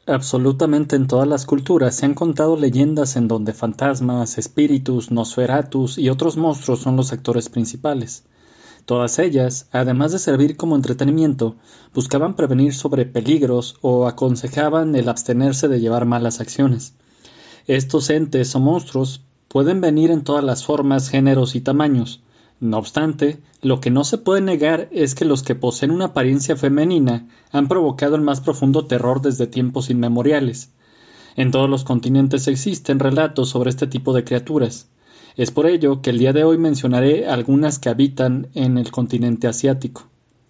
Absolutamente en todas las culturas se han contado leyendas en donde fantasmas, espíritus, nosferatus y otros monstruos son los actores principales. Todas ellas, además de servir como entretenimiento, buscaban prevenir sobre peligros o aconsejaban el abstenerse de llevar malas acciones. Estos entes o monstruos pueden venir en todas las formas, géneros y tamaños. No obstante, lo que no se puede negar es que los que poseen una apariencia femenina han provocado el más profundo terror desde tiempos inmemoriales. En todos los continentes existen relatos sobre este tipo de criaturas. Es por ello que el día de hoy mencionaré algunas que habitan en el continente asiático.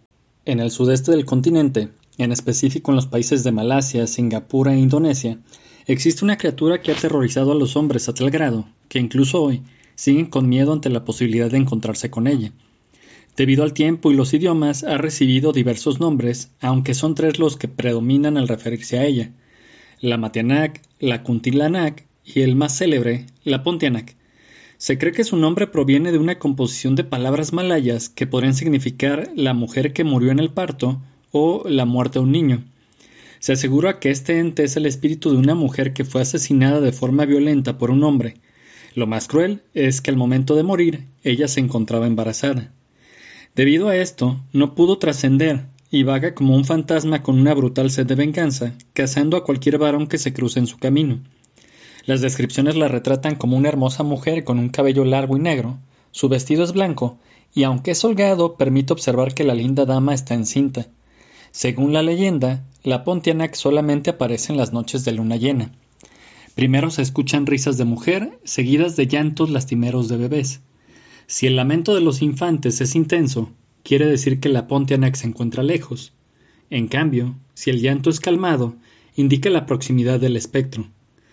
En el sudeste del continente, en específico en los países de Malasia, Singapur e Indonesia, existe una criatura que ha aterrorizado a los hombres a tal grado que incluso hoy siguen con miedo ante la posibilidad de encontrarse con ella. Debido al tiempo y los idiomas, ha recibido diversos nombres, aunque son tres los que predominan al referirse a ella: la Matianak, la Kuntilanak y el más célebre, la Pontianak. Se cree que su nombre proviene de una composición de palabras malayas que podrían significar la mujer que murió en el parto o la muerte de un niño. Se asegura que este ente es el espíritu de una mujer que fue asesinada de forma violenta por un hombre. Lo más cruel es que al momento de morir, ella se encontraba embarazada. Debido a esto, no pudo trascender y vaga como un fantasma con una brutal sed de venganza, cazando a cualquier varón que se cruce en su camino. Las descripciones la retratan como una hermosa mujer con un cabello largo y negro, su vestido es blanco, y aunque es holgado, permite observar que la linda dama está encinta. Según la leyenda, la Pontianak solamente aparece en las noches de luna llena. Primero se escuchan risas de mujer, seguidas de llantos lastimeros de bebés. Si el lamento de los infantes es intenso, quiere decir que la Pontianak se encuentra lejos. En cambio, si el llanto es calmado, indica la proximidad del espectro.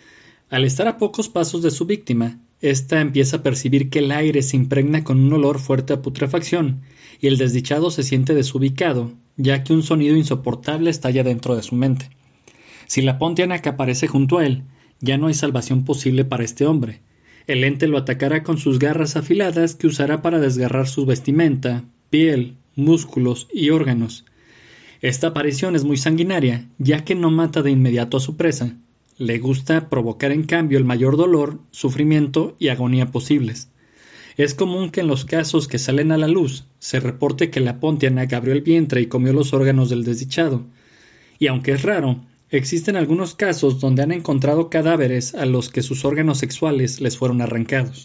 Al estar a pocos pasos de su víctima, ésta empieza a percibir que el aire se impregna con un olor fuerte a putrefacción, y el desdichado se siente desubicado, ya que un sonido insoportable estalla dentro de su mente. Si la Pontianak aparece junto a él, ya no hay salvación posible para este hombre. El ente lo atacará con sus garras afiladas que usará para desgarrar su vestimenta, piel, músculos y órganos. Esta aparición es muy sanguinaria, ya que no mata de inmediato a su presa. Le gusta provocar en cambio el mayor dolor, sufrimiento y agonía posibles. Es común que en los casos que salen a la luz se reporte que la Pontianak abrió el vientre y comió los órganos del desdichado. Y aunque es raro, existen algunos casos donde han encontrado cadáveres a los que sus órganos sexuales les fueron arrancados.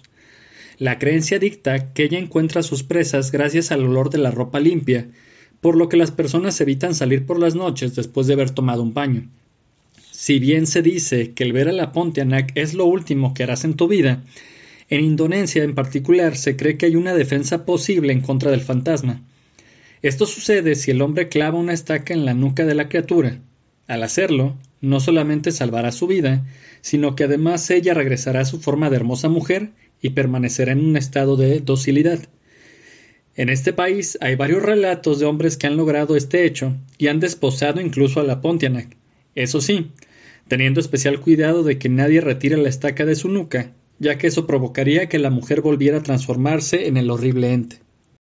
La creencia dicta que ella encuentra a sus presas gracias al olor de la ropa limpia, por lo que las personas evitan salir por las noches después de haber tomado un baño. Si bien se dice que el ver a la Pontianak es lo último que harás en tu vida, en Indonesia en particular se cree que hay una defensa posible en contra del fantasma. Esto sucede si el hombre clava una estaca en la nuca de la criatura. Al hacerlo, no solamente salvará su vida, sino que además ella regresará a su forma de hermosa mujer y permanecerá en un estado de docilidad. En este país hay varios relatos de hombres que han logrado este hecho y han desposado incluso a la Pontianak. Eso sí, teniendo especial cuidado de que nadie retire la estaca de su nuca, ya que eso provocaría que la mujer volviera a transformarse en el horrible ente.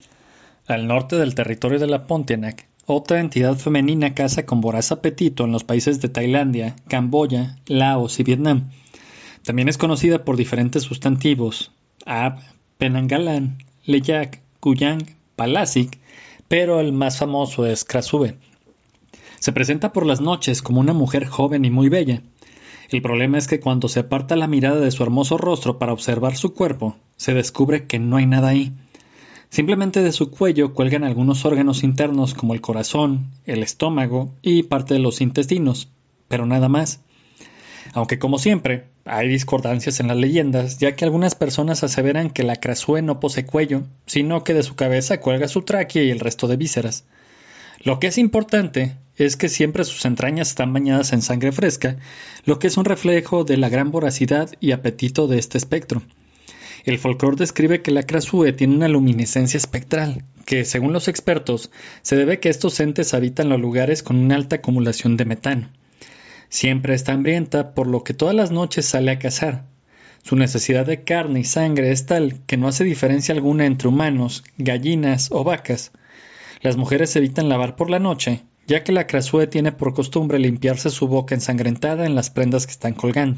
Al norte del territorio de la Pontianak, otra entidad femenina caza con voraz apetito en los países de Tailandia, Camboya, Laos y Vietnam. También es conocida por diferentes sustantivos: Ab, Penanggalan, Leyak, Kuyang, Palasik, pero el más famoso es Krasue. Se presenta por las noches como una mujer joven y muy bella. El problema es que cuando se aparta la mirada de su hermoso rostro para observar su cuerpo, se descubre que no hay nada ahí. Simplemente de su cuello cuelgan algunos órganos internos como el corazón, el estómago y parte de los intestinos, pero nada más. Aunque como siempre, hay discordancias en las leyendas, ya que algunas personas aseveran que la Krasue no posee cuello, sino que de su cabeza cuelga su tráquea y el resto de vísceras. Lo que es importante es que siempre sus entrañas están bañadas en sangre fresca, lo que es un reflejo de la gran voracidad y apetito de este espectro. El folclore describe que la Krasue tiene una luminiscencia espectral, que, según los expertos, se debe a que estos entes habitan los lugares con una alta acumulación de metano. Siempre está hambrienta, por lo que todas las noches sale a cazar. Su necesidad de carne y sangre es tal que no hace diferencia alguna entre humanos, gallinas o vacas. Las mujeres evitan lavar por la noche, ya que la Krasue tiene por costumbre limpiarse su boca ensangrentada en las prendas que están colgando.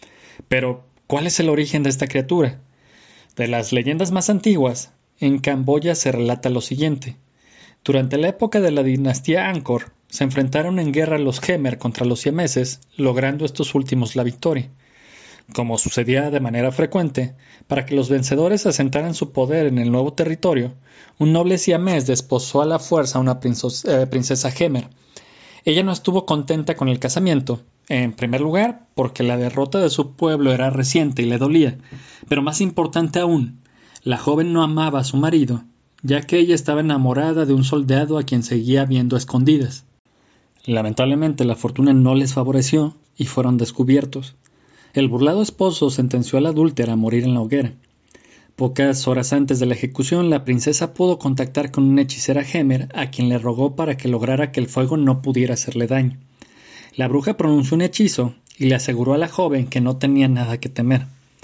Pero, ¿cuál es el origen de esta criatura? De las leyendas más antiguas, en Camboya se relata lo siguiente. Durante la época de la dinastía Angkor, se enfrentaron en guerra los Khmer contra los siameses, logrando estos últimos la victoria. Como sucedía de manera frecuente, para que los vencedores asentaran su poder en el nuevo territorio, un noble siamés desposó a la fuerza a una princesa Khmer. Ella no estuvo contenta con el casamiento, en primer lugar, porque la derrota de su pueblo era reciente y le dolía, pero más importante aún, la joven no amaba a su marido, ya que ella estaba enamorada de un soldado a quien seguía viendo a escondidas. Lamentablemente la fortuna no les favoreció y fueron descubiertos. El burlado esposo sentenció a la adúltera a morir en la hoguera. Pocas horas antes de la ejecución, la princesa pudo contactar con una hechicera Khmer a quien le rogó para que lograra que el fuego no pudiera hacerle daño. La bruja pronunció un hechizo y le aseguró a la joven que no tenía nada que temer.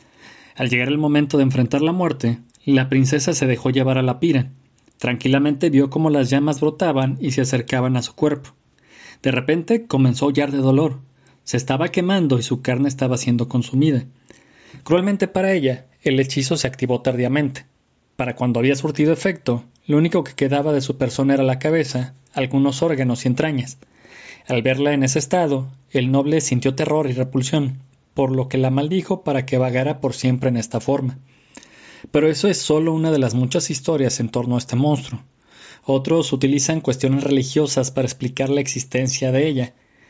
Al llegar el momento de enfrentar la muerte, la princesa se dejó llevar a la pira. Tranquilamente vio cómo las llamas brotaban y se acercaban a su cuerpo. De repente comenzó a aullar de dolor. Se estaba quemando y su carne estaba siendo consumida. Cruelmente para ella, el hechizo se activó tardíamente. Para cuando había surtido efecto, lo único que quedaba de su persona era la cabeza, algunos órganos y entrañas. Al verla en ese estado, el noble sintió terror y repulsión, por lo que la maldijo para que vagara por siempre en esta forma. Pero eso es solo una de las muchas historias en torno a este monstruo. Otros utilizan cuestiones religiosas para explicar la existencia de ella.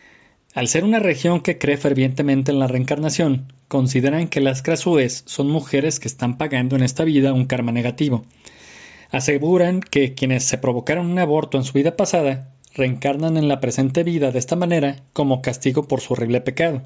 Al ser una región que cree fervientemente en la reencarnación, consideran que las Krasues son mujeres que están pagando en esta vida un karma negativo. Aseguran que quienes se provocaron un aborto en su vida pasada reencarnan en la presente vida de esta manera como castigo por su horrible pecado.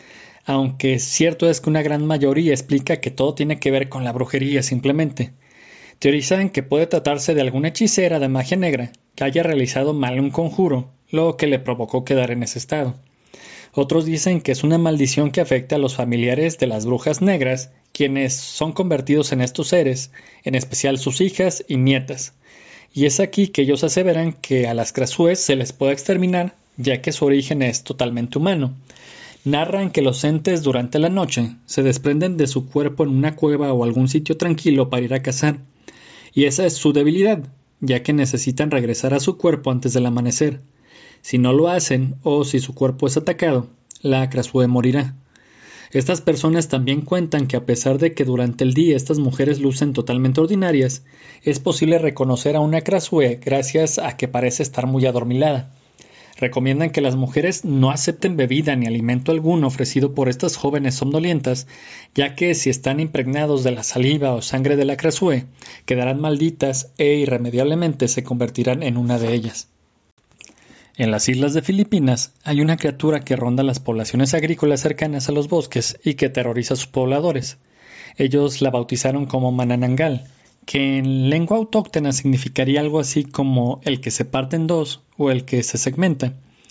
Aunque cierto es que una gran mayoría explica que todo tiene que ver con la brujería simplemente. Teorizan que puede tratarse de alguna hechicera de magia negra que haya realizado mal un conjuro, lo que le provocó quedar en ese estado. Otros dicen que es una maldición que afecta a los familiares de las brujas negras, quienes son convertidos en estos seres, en especial sus hijas y nietas. Y es aquí que ellos aseveran que a las Krasues se les puede exterminar, ya que su origen es totalmente humano. Narran que los entes durante la noche se desprenden de su cuerpo en una cueva o algún sitio tranquilo para ir a cazar. Y esa es su debilidad, ya que necesitan regresar a su cuerpo antes del amanecer. Si no lo hacen, o si su cuerpo es atacado, la Krasue morirá. Estas personas también cuentan que a pesar de que durante el día estas mujeres lucen totalmente ordinarias, es posible reconocer a una Krasue gracias a que parece estar muy adormilada. Recomiendan que las mujeres no acepten bebida ni alimento alguno ofrecido por estas jóvenes somnolientas, ya que si están impregnados de la saliva o sangre de la Krasue, quedarán malditas e irremediablemente se convertirán en una de ellas. En las islas de Filipinas hay una criatura que ronda las poblaciones agrícolas cercanas a los bosques y que terroriza a sus pobladores. Ellos la bautizaron como Manananggal, que en lengua autóctona significaría algo así como el que se parte en dos o el que se segmenta.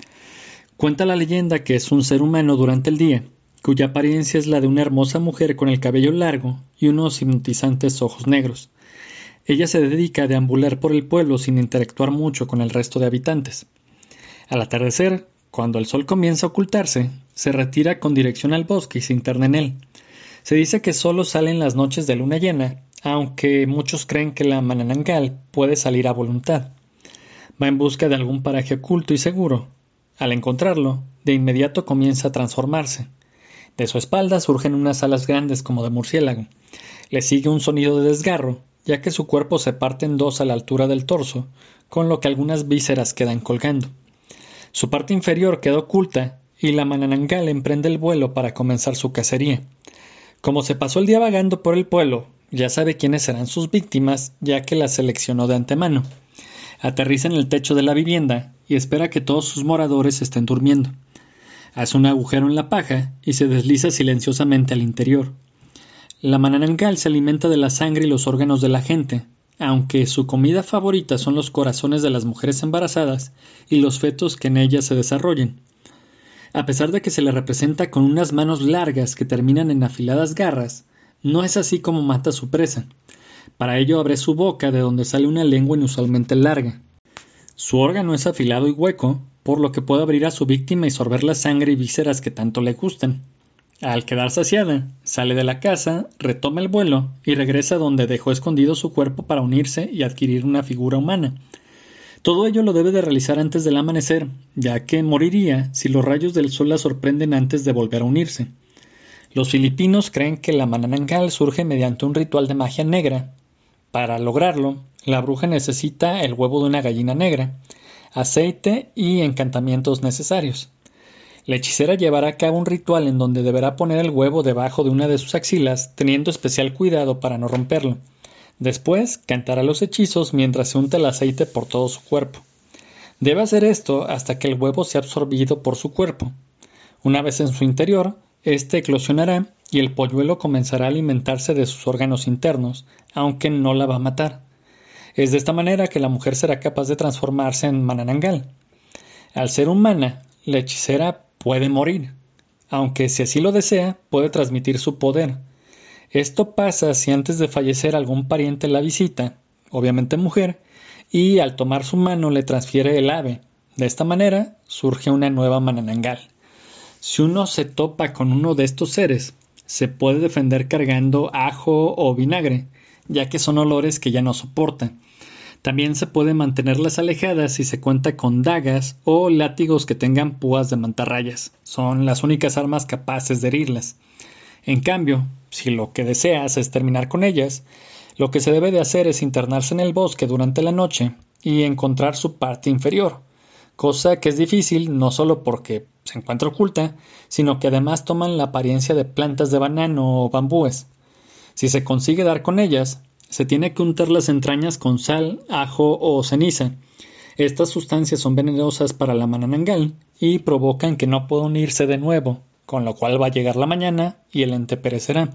Cuenta la leyenda que es un ser humano durante el día, cuya apariencia es la de una hermosa mujer con el cabello largo y unos hipnotizantes ojos negros. Ella se dedica a deambular por el pueblo sin interactuar mucho con el resto de habitantes. Al atardecer, cuando el sol comienza a ocultarse, se retira con dirección al bosque y se interna en él. Se dice que solo sale en las noches de luna llena, aunque muchos creen que la Manananggal puede salir a voluntad. Va en busca de algún paraje oculto y seguro. Al encontrarlo, de inmediato comienza a transformarse. De su espalda surgen unas alas grandes como de murciélago. Le sigue un sonido de desgarro, ya que su cuerpo se parte en dos a la altura del torso, con lo que algunas vísceras quedan colgando. Su parte inferior queda oculta y la Manananggal emprende el vuelo para comenzar su cacería. Como se pasó el día vagando por el pueblo, ya sabe quiénes serán sus víctimas, ya que las seleccionó de antemano. Aterriza en el techo de la vivienda y espera que todos sus moradores estén durmiendo. Hace un agujero en la paja y se desliza silenciosamente al interior. La Manananggal se alimenta de la sangre y los órganos de la gente, aunque su comida favorita son los corazones de las mujeres embarazadas y los fetos que en ellas se desarrollen. A pesar de que se le representa con unas manos largas que terminan en afiladas garras, no es así como mata a su presa. Para ello abre su boca de donde sale una lengua inusualmente larga. Su órgano es afilado y hueco, por lo que puede abrir a su víctima y sorber la sangre y vísceras que tanto le gustan. Al quedar saciada, sale de la casa, retoma el vuelo y regresa donde dejó escondido su cuerpo para unirse y adquirir una figura humana. Todo ello lo debe de realizar antes del amanecer, ya que moriría si los rayos del sol la sorprenden antes de volver a unirse. Los filipinos creen que la Manananggal surge mediante un ritual de magia negra. Para lograrlo, la bruja necesita el huevo de una gallina negra, aceite y encantamientos necesarios. La hechicera llevará a cabo un ritual en donde deberá poner el huevo debajo de una de sus axilas, teniendo especial cuidado para no romperlo. Después, cantará los hechizos mientras se unta el aceite por todo su cuerpo. Debe hacer esto hasta que el huevo sea absorbido por su cuerpo. Una vez en su interior, este eclosionará y el polluelo comenzará a alimentarse de sus órganos internos, aunque no la va a matar. Es de esta manera que la mujer será capaz de transformarse en Manananggal. Al ser humana, la hechicera puede morir, aunque si así lo desea, puede transmitir su poder. Esto pasa si antes de fallecer algún pariente la visita, obviamente mujer, y al tomar su mano le transfiere el ave. De esta manera surge una nueva Manananggal. Si uno se topa con uno de estos seres, se puede defender cargando ajo o vinagre, ya que son olores que ya no soporta. También se puede mantenerlas alejadas si se cuenta con dagas o látigos que tengan púas de mantarrayas. Son las únicas armas capaces de herirlas. En cambio, si lo que deseas es terminar con ellas, lo que se debe de hacer es internarse en el bosque durante la noche y encontrar su parte inferior, cosa que es difícil no solo porque se encuentra oculta, sino que además toman la apariencia de plantas de banano o bambúes. Si se consigue dar con ellas, se tiene que untar las entrañas con sal, ajo o ceniza. Estas sustancias son venenosas para la Manananggal y provocan que no pueda unirse de nuevo, con lo cual va a llegar la mañana y el ente perecerá.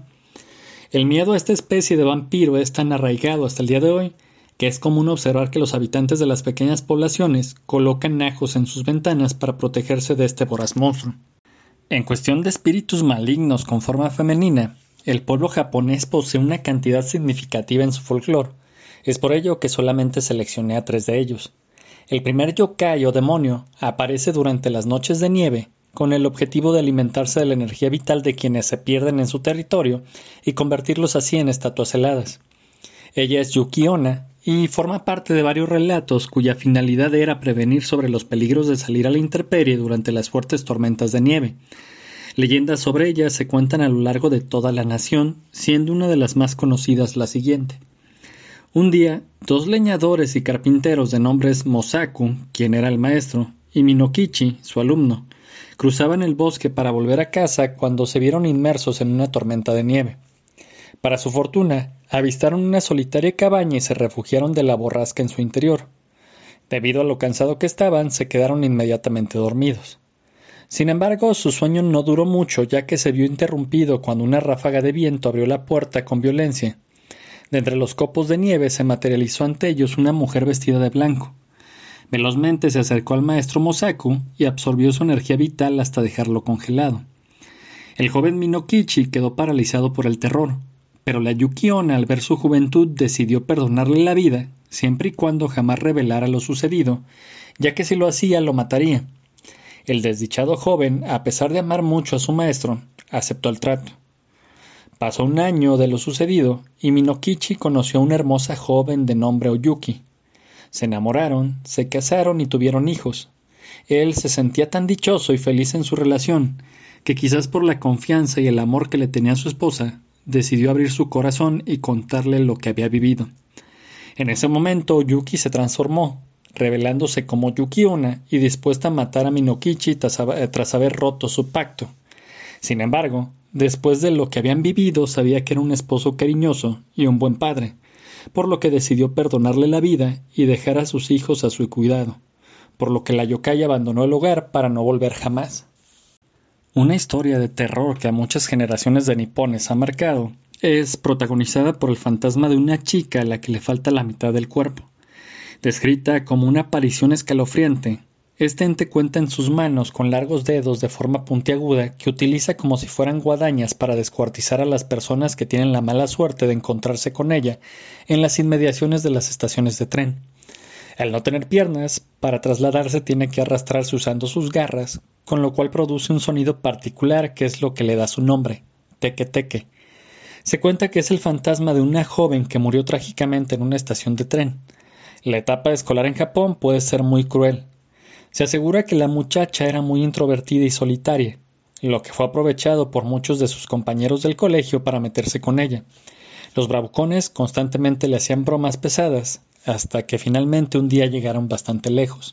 El miedo a esta especie de vampiro es tan arraigado hasta el día de hoy que es común observar que los habitantes de las pequeñas poblaciones colocan ajos en sus ventanas para protegerse de este voraz monstruo. En cuestión de espíritus malignos con forma femenina, el pueblo japonés posee una cantidad significativa en su folclore. Es por ello que solamente seleccioné a 3 de ellos. El primer yokai o demonio aparece durante las noches de nieve con el objetivo de alimentarse de la energía vital de quienes se pierden en su territorio y convertirlos así en estatuas heladas. Ella es Yuki Onna y forma parte de varios relatos cuya finalidad era prevenir sobre los peligros de salir a la intemperie durante las fuertes tormentas de nieve. Leyendas sobre ella se cuentan a lo largo de toda la nación, siendo una de las más conocidas la siguiente. Un día, 2 leñadores y carpinteros de nombres Mosaku, quien era el maestro, y Minokichi, su alumno, cruzaban el bosque para volver a casa cuando se vieron inmersos en una tormenta de nieve. Para su fortuna, avistaron una solitaria cabaña y se refugiaron de la borrasca en su interior. Debido a lo cansado que estaban, se quedaron inmediatamente dormidos. Sin embargo, su sueño no duró mucho, ya que se vio interrumpido cuando una ráfaga de viento abrió la puerta con violencia. De entre los copos de nieve se materializó ante ellos una mujer vestida de blanco. Velozmente se acercó al maestro Mosaku y absorbió su energía vital hasta dejarlo congelado. El joven Minokichi quedó paralizado por el terror, pero la Yuki Onna, al ver su juventud, decidió perdonarle la vida, siempre y cuando jamás revelara lo sucedido, ya que si lo hacía lo mataría. El desdichado joven, a pesar de amar mucho a su maestro, aceptó el trato. Pasó un año de lo sucedido y Minokichi conoció a una hermosa joven de nombre Oyuki. Se enamoraron, se casaron y tuvieron hijos. Él se sentía tan dichoso y feliz en su relación que quizás por la confianza y el amor que le tenía a su esposa, decidió abrir su corazón y contarle lo que había vivido. En ese momento Oyuki se transformó, revelándose como Yuki Onna y dispuesta a matar a Minokichi tras haber roto su pacto. Sin embargo, después de lo que habían vivido, sabía que era un esposo cariñoso y un buen padre, por lo que decidió perdonarle la vida y dejar a sus hijos a su cuidado, por lo que la yokai abandonó el hogar para no volver jamás. Una historia de terror que a muchas generaciones de nipones ha marcado es protagonizada por el fantasma de una chica a la que le falta la mitad del cuerpo. Descrita como una aparición escalofriante, este ente cuenta en sus manos con largos dedos de forma puntiaguda que utiliza como si fueran guadañas para descuartizar a las personas que tienen la mala suerte de encontrarse con ella en las inmediaciones de las estaciones de tren. Al no tener piernas, para trasladarse tiene que arrastrarse usando sus garras, con lo cual produce un sonido particular que es lo que le da su nombre, teque-teque. Se cuenta que es el fantasma de una joven que murió trágicamente en una estación de tren. La etapa escolar en Japón puede ser muy cruel. Se asegura que la muchacha era muy introvertida y solitaria, lo que fue aprovechado por muchos de sus compañeros del colegio para meterse con ella. Los bravucones constantemente le hacían bromas pesadas, hasta que finalmente un día llegaron bastante lejos.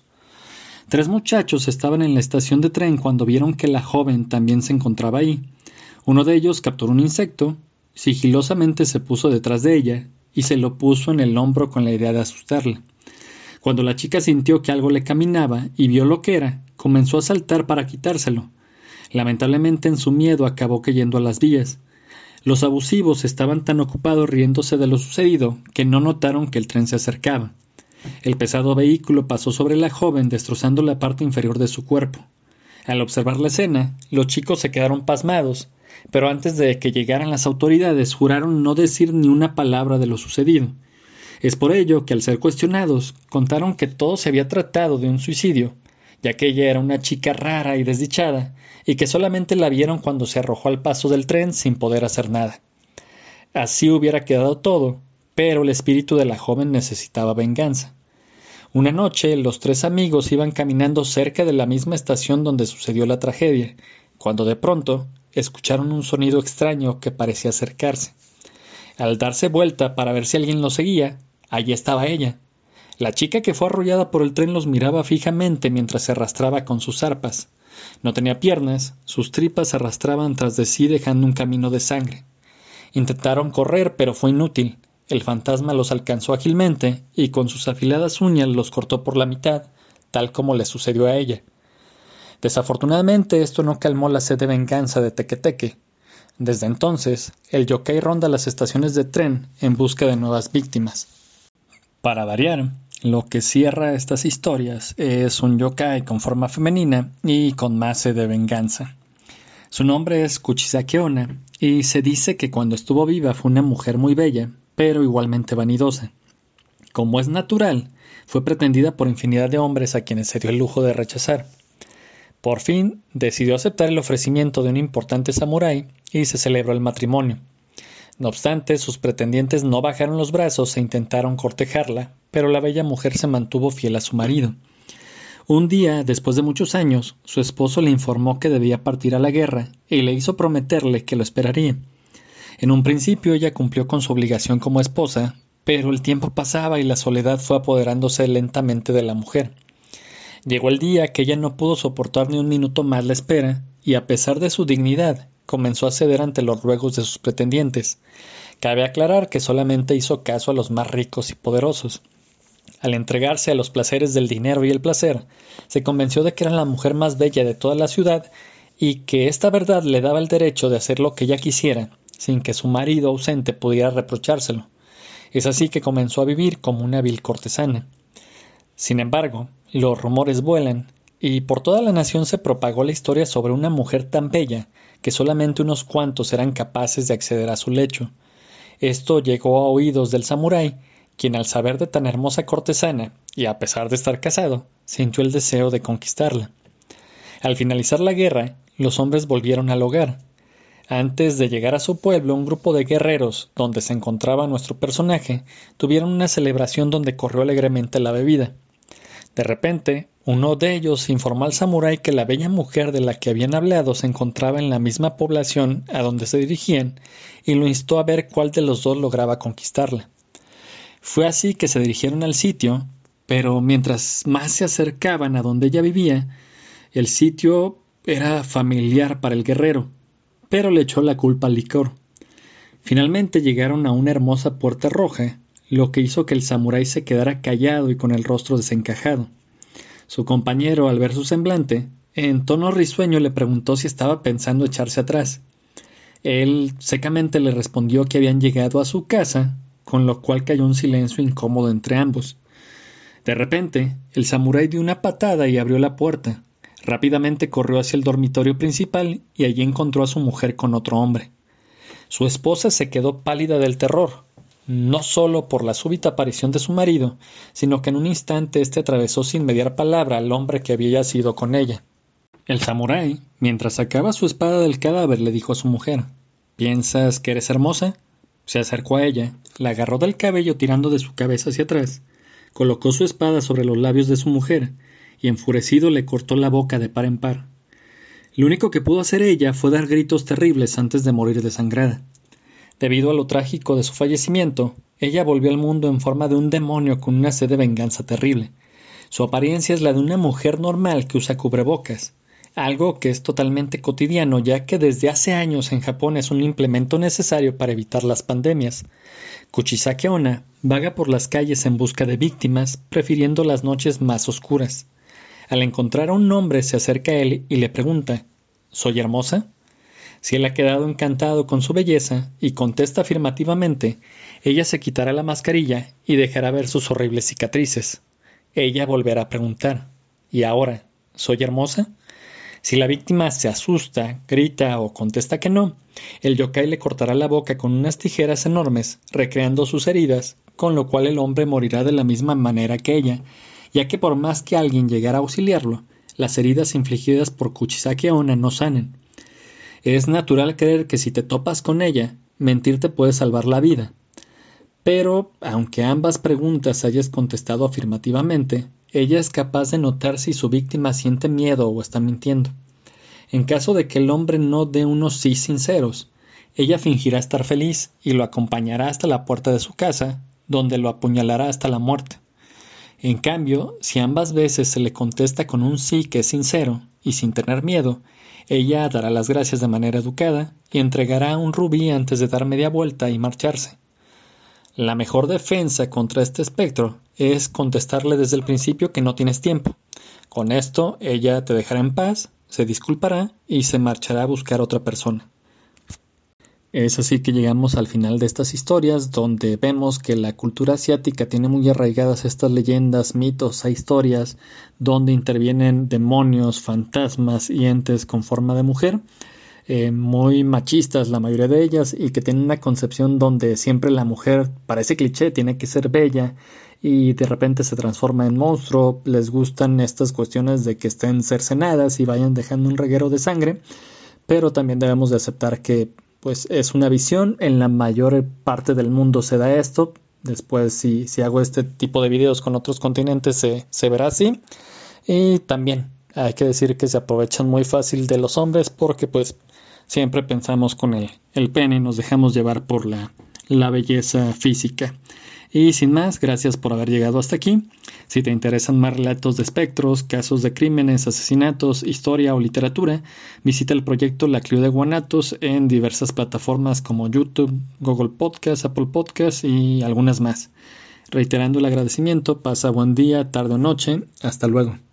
3 muchachos estaban en la estación de tren cuando vieron que la joven también se encontraba ahí. Uno de ellos capturó un insecto, sigilosamente se puso detrás de ella y se lo puso en el hombro con la idea de asustarla. Cuando la chica sintió que algo le caminaba y vio lo que era, comenzó a saltar para quitárselo. Lamentablemente en su miedo acabó cayendo a las vías. Los abusivos estaban tan ocupados riéndose de lo sucedido que no notaron que el tren se acercaba. El pesado vehículo pasó sobre la joven destrozando la parte inferior de su cuerpo. Al observar la escena, los chicos se quedaron pasmados, pero antes de que llegaran las autoridades juraron no decir ni una palabra de lo sucedido. Es por ello que al ser cuestionados, contaron que todo se había tratado de un suicidio, ya que ella era una chica rara y desdichada, y que solamente la vieron cuando se arrojó al paso del tren sin poder hacer nada. Así hubiera quedado todo, pero el espíritu de la joven necesitaba venganza. Una noche, los 3 amigos iban caminando cerca de la misma estación donde sucedió la tragedia, cuando de pronto escucharon un sonido extraño que parecía acercarse. Al darse vuelta para ver si alguien los seguía, allí estaba ella. La chica que fue arrollada por el tren los miraba fijamente mientras se arrastraba con sus zarpas. No tenía piernas, sus tripas se arrastraban tras de sí dejando un camino de sangre. Intentaron correr, pero fue inútil. El fantasma los alcanzó ágilmente y con sus afiladas uñas los cortó por la mitad, tal como le sucedió a ella. Desafortunadamente esto no calmó la sed de venganza de Teque-Teque. Desde entonces, el yokai ronda las estaciones de tren en busca de nuevas víctimas. Para variar, lo que cierra estas historias es un yokai con forma femenina y con más sed de venganza. Su nombre es Kuchisake Onna y se dice que cuando estuvo viva fue una mujer muy bella, pero igualmente vanidosa. Como es natural, fue pretendida por infinidad de hombres a quienes se dio el lujo de rechazar. Por fin, decidió aceptar el ofrecimiento de un importante samurái y se celebró el matrimonio. No obstante, sus pretendientes no bajaron los brazos e intentaron cortejarla, pero la bella mujer se mantuvo fiel a su marido. Un día, después de muchos años, su esposo le informó que debía partir a la guerra y le hizo prometerle que lo esperaría. En un principio ella cumplió con su obligación como esposa, pero el tiempo pasaba y la soledad fue apoderándose lentamente de la mujer. Llegó el día que ella no pudo soportar ni un minuto más la espera, y a pesar de su dignidad, comenzó a ceder ante los ruegos de sus pretendientes. Cabe aclarar que solamente hizo caso a los más ricos y poderosos. Al entregarse a los placeres del dinero y el placer, se convenció de que era la mujer más bella de toda la ciudad y que esta verdad le daba el derecho de hacer lo que ella quisiera, sin que su marido ausente pudiera reprochárselo. Es así que comenzó a vivir como una vil cortesana. Sin embargo, los rumores vuelan, y por toda la nación se propagó la historia sobre una mujer tan bella que solamente unos cuantos eran capaces de acceder a su lecho. Esto llegó a oídos del samurái, quien al saber de tan hermosa cortesana, y a pesar de estar casado, sintió el deseo de conquistarla. Al finalizar la guerra, los hombres volvieron al hogar. Antes de llegar a su pueblo, un grupo de guerreros, donde se encontraba nuestro personaje, tuvieron una celebración donde corrió alegremente la bebida. De repente, uno de ellos informó al samurái que la bella mujer de la que habían hablado se encontraba en la misma población a donde se dirigían y lo instó a ver cuál de los dos lograba conquistarla. Fue así que se dirigieron al sitio, pero mientras más se acercaban a donde ella vivía, el sitio era familiar para el guerrero, pero le echó la culpa al licor. Finalmente llegaron a una hermosa puerta roja, lo que hizo que el samurái se quedara callado y con el rostro desencajado. Su compañero, al ver su semblante, en tono risueño le preguntó si estaba pensando echarse atrás. Él secamente le respondió que habían llegado a su casa, con lo cual cayó un silencio incómodo entre ambos. De repente, el samurái dio una patada y abrió la puerta. Rápidamente corrió hacia el dormitorio principal y allí encontró a su mujer con otro hombre. Su esposa se quedó pálida del terror. no solo por la súbita aparición de su marido, sino que en un instante éste atravesó sin mediar palabra al hombre que había yacido con ella. El samurái, mientras sacaba su espada del cadáver, le dijo a su mujer: ¿Piensas que eres hermosa? Se acercó a ella, la agarró del cabello tirando de su cabeza hacia atrás, colocó su espada sobre los labios de su mujer y enfurecido le cortó la boca de par en par. Lo único que pudo hacer ella fue dar gritos terribles antes de morir desangrada. Debido a lo trágico de su fallecimiento, ella volvió al mundo en forma de un demonio con una sed de venganza terrible. Su apariencia es la de una mujer normal que usa cubrebocas, algo que es totalmente cotidiano ya que desde hace años en Japón es un implemento necesario para evitar las pandemias. Kuchisake Onna vaga por las calles en busca de víctimas, prefiriendo las noches más oscuras. Al encontrar a un hombre se acerca a él y le pregunta: ¿Soy hermosa? Si él ha quedado encantado con su belleza y contesta afirmativamente, ella se quitará la mascarilla y dejará ver sus horribles cicatrices. Ella volverá a preguntar: ¿Y ahora, soy hermosa? Si la víctima se asusta, grita o contesta que no, el yokai le cortará la boca con unas tijeras enormes, recreando sus heridas, con lo cual el hombre morirá de la misma manera que ella, ya que por más que alguien llegara a auxiliarlo, las heridas infligidas por Kuchisake Onna no sanen. Es natural creer que si te topas con ella, mentir te puede salvar la vida. Pero, aunque ambas preguntas hayas contestado afirmativamente, ella es capaz de notar si su víctima siente miedo o está mintiendo. En caso de que el hombre no dé unos sí sinceros, ella fingirá estar feliz y lo acompañará hasta la puerta de su casa, donde lo apuñalará hasta la muerte. En cambio, si ambas veces se le contesta con un sí que es sincero y sin tener miedo, ella dará las gracias de manera educada y entregará un rubí antes de dar media vuelta y marcharse. La mejor defensa contra este espectro es contestarle desde el principio que no tienes tiempo. Con esto, ella te dejará en paz, se disculpará y se marchará a buscar otra persona. Es así que llegamos al final de estas historias, donde vemos que la cultura asiática tiene muy arraigadas estas leyendas, mitos e historias, donde intervienen demonios, fantasmas y entes con forma de mujer, muy machistas la mayoría de ellas, y que tienen una concepción donde siempre la mujer, parece cliché, tiene que ser bella y de repente se transforma en monstruo. Les gustan estas cuestiones de que estén cercenadas y vayan dejando un reguero de sangre, pero también debemos de aceptar que pues es una visión. En la mayor parte del mundo se da esto. Después si hago este tipo de videos con otros continentes se verá así. Y también hay que decir que se aprovechan muy fácil de los hombres, porque pues siempre pensamos con el pene y nos dejamos llevar por la belleza física. Y sin más, gracias por haber llegado hasta aquí. Si te interesan más relatos de espectros, casos de crímenes, asesinatos, historia o literatura, visita el proyecto La Clio de Guanatos en diversas plataformas como YouTube, Google Podcast, Apple Podcast y algunas más. Reiterando el agradecimiento, pasa buen día, tarde o noche. Hasta luego.